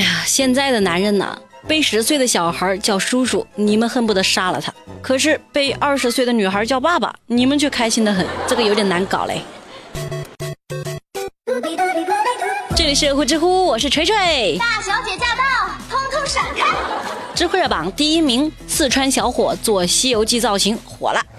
呀，现在的男人呢，被10岁的小孩叫叔叔，你们恨不得杀了他；可是被20岁的女孩叫爸爸，你们却开心得很，这个有点难搞嘞。这里是呼知乎，我是锤锤。 大小姐驾到，通通闪开！ 智慧热榜第1名，四川小伙做《西游记》造型火了。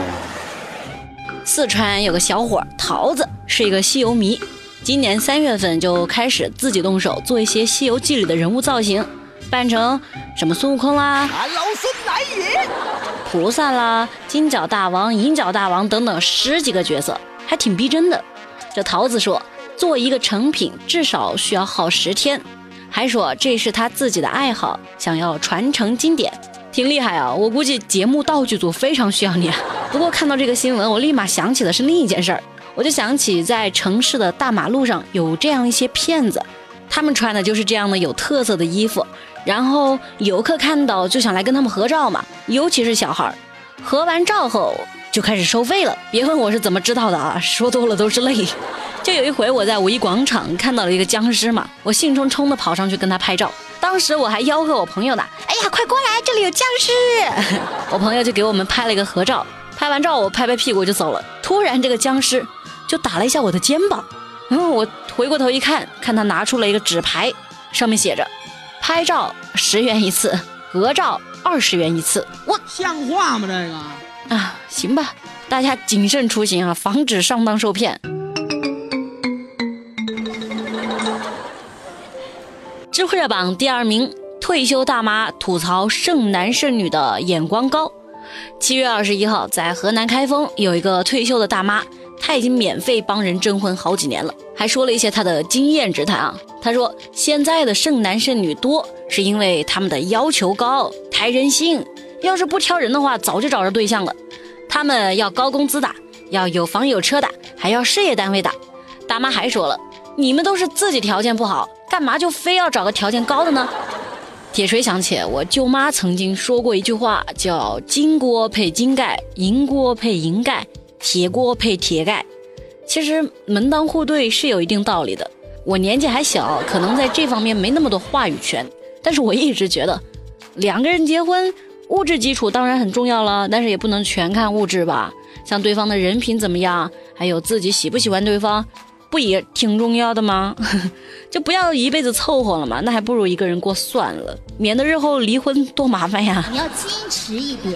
四川有个小伙桃子，是一个西游迷，今年3月份就开始自己动手做一些《西游记》里的人物造型，扮成什么孙悟空啦、 老孙来也， 菩萨啦、金角大王、银角大王等等10几个角色，还挺逼真的。这桃子说，做一个成品至少需要耗10天，还说这是他自己的爱好，想要传承经典，挺厉害啊！我估计节目道具组非常需要你。不过看到这个新闻，我立马想起的是另一件事儿，我就想起在城市的大马路上有这样一些骗子，他们穿的就是这样的有特色的衣服，然后游客看到就想来跟他们合照嘛，尤其是小孩，合完照后就开始收费了。别问我是怎么知道的啊，说多了都是泪。就有一回我在五一广场看到了一个僵尸嘛，我兴冲冲的跑上去跟他拍照，当时我还吆喝我朋友呢，哎呀快过来，这里有僵尸。我朋友就给我们拍了一个合照，拍完照我拍拍屁股就走了，突然这个僵尸就打了一下我的肩膀，我回过头一看，看他拿出了一个纸牌，上面写着拍照10元一次，合照20元一次。 我像话吗这个啊？行吧，大家谨慎出行啊，防止上当受骗。智慧热榜第2名，退休大妈吐槽剩男剩女的眼光高。7月21号，在河南开封有一个退休的大妈，她已经免费帮人征婚好几年了，还说了一些她的经验之谈啊。她说现在的剩男剩女多，是因为他们的要求高，太任性，要是不挑人的话，早就找着对象了。他们要高工资的，要有房有车的，还要事业单位的。大妈还说了，你们都是自己条件不好，干嘛就非要找个条件高的呢？铁锤想起我舅妈曾经说过一句话，叫金锅配金盖，银锅配银盖，铁锅配铁盖。其实门当户对是有一定道理的，我年纪还小，可能在这方面没那么多话语权，但是我一直觉得2个人结婚，物质基础当然很重要了，但是也不能全看物质吧，像对方的人品怎么样，还有自己喜不喜欢对方，不也挺重要的吗？就不要一辈子凑合了嘛，那还不如一个人过算了，免得日后离婚多麻烦呀。 你要矜持一点。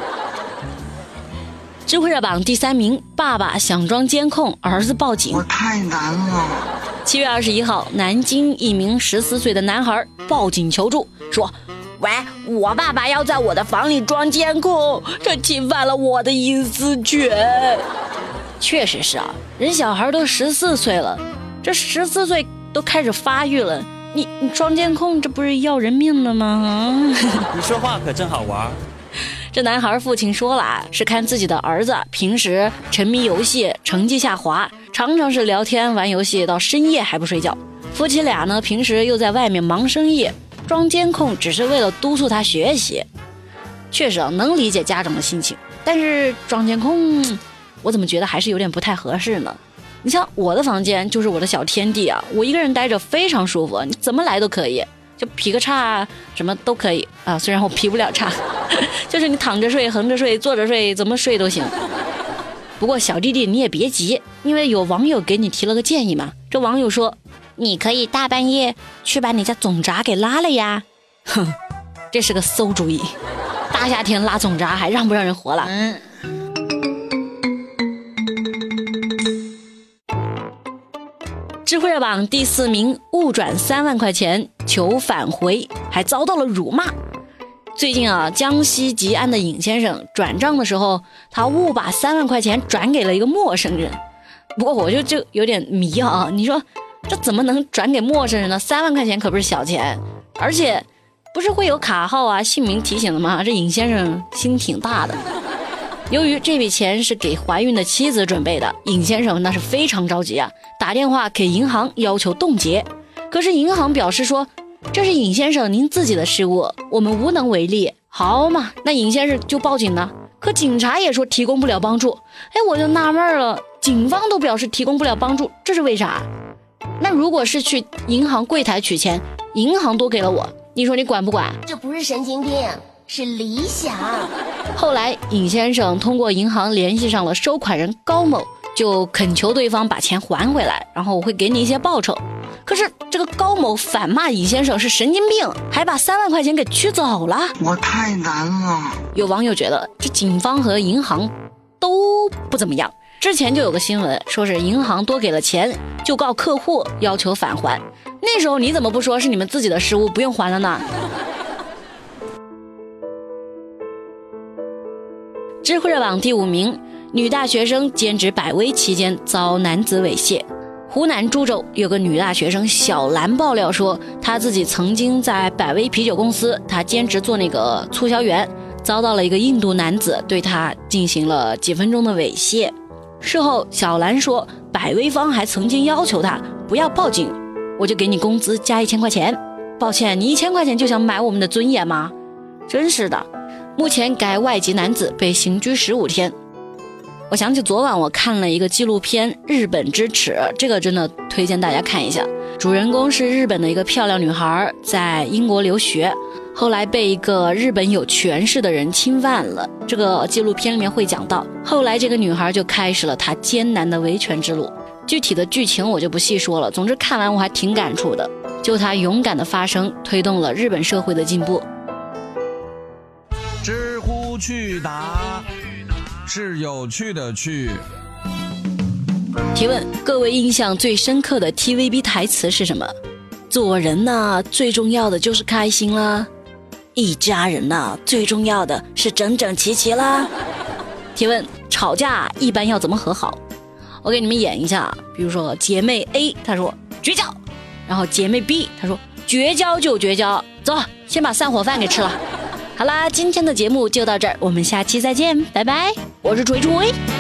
智慧热榜第3名，爸爸想装监控，儿子报警。 我太难了。 7月21号，南京一名14岁的男孩报警求助，说喂，我爸爸要在我的房里装监控，这侵犯了我的隐私权。确实是啊，人小孩都14岁了，这14岁都开始发育了，你装监控，这不是要人命了吗？ 你说话可真好玩。 这男孩父亲说了，是看自己的儿子平时沉迷游戏，成绩下滑，常常是聊天玩游戏到深夜还不睡觉。夫妻俩呢，平时又在外面忙生意，装监控只是为了督促他学习。确实啊，能理解家长的心情，但是装监控，我怎么觉得还是有点不太合适呢？你像我的房间就是我的小天地啊，我一个人待着非常舒服，你怎么来都可以，就劈个叉什么都可以啊，虽然我劈不了叉，就是你躺着睡、横着睡、坐着睡，怎么睡都行。不过小弟弟你也别急，因为有网友给你提了个建议嘛。这网友说，你可以大半夜去把你家总闸给拉了呀。哼，这是个馊主意，大夏天拉总闸还让不让人活了？智慧热榜第4名，误转3万块钱求返回，还遭到了辱骂。最近啊，江西吉安的尹先生转账的时候，他误把3万块钱转给了一个陌生人。不过我就有点迷啊，你说这怎么能转给陌生人呢？3万块钱可不是小钱，而且不是会有卡号啊、姓名提醒的吗？这尹先生心挺大的。由于这笔钱是给怀孕的妻子准备的，尹先生那是非常着急啊，打电话给银行要求冻结。可是银行表示说，这是尹先生您自己的失误，我们无能为力。好嘛，那尹先生就报警了，可警察也说提供不了帮助。我就纳闷了，警方都表示提供不了帮助，这是为啥？那如果是去银行柜台取钱， 银行多给了我，你说你管不管？ 这不是神经病，是理想。 后来尹先生通过银行联系上了收款人高某，就恳求对方把钱还回来，然后我会给你一些报酬。可是这个高某反骂尹先生是神经病，还把3万块钱给取走了。 我太难了。 有网友觉得这警方和银行都不怎么样。之前就有个新闻说是银行多给了钱就告客户要求返还，那时候你怎么不说是你们自己的失误不用还了呢？知乎热榜第5名，女大学生兼职百威期间遭男子猥亵。湖南株洲有个女大学生小兰爆料说，她自己曾经在百威啤酒公司，她兼职做那个促销员，遭到了一个印度男子对她进行了几分钟的猥亵。事后小兰说，百威方还曾经要求她不要报警，我就给你工资加1000块钱。抱歉，你1000块钱就想买我们的尊严吗？真是的。目前该外籍男子被刑拘15天。我想起昨晚我看了一个纪录片《日本之耻》，这个真的推荐大家看一下。主人公是日本的一个漂亮女孩，在英国留学，后来被一个日本有权势的人侵犯了。这个纪录片里面会讲到，后来这个女孩就开始了她艰难的维权之路。具体的剧情我就不细说了，总之看完我还挺感触的。就她勇敢的发声，推动了日本社会的进步。 知乎趣答是有趣的趣。 提问：各位印象最深刻的 TVB 台词是什么？做人呢，最重要的就是开心啦；一家人呢，最重要的是整整齐齐啦。提问：吵架一般要怎么和好？我给你们演一下，比如说姐妹 A 她说绝交，然后姐妹 B 她说绝交就绝交，走，先把散伙饭给吃了。好啦，今天的节目就到这儿，我们下期再见，拜拜，我是锤锤。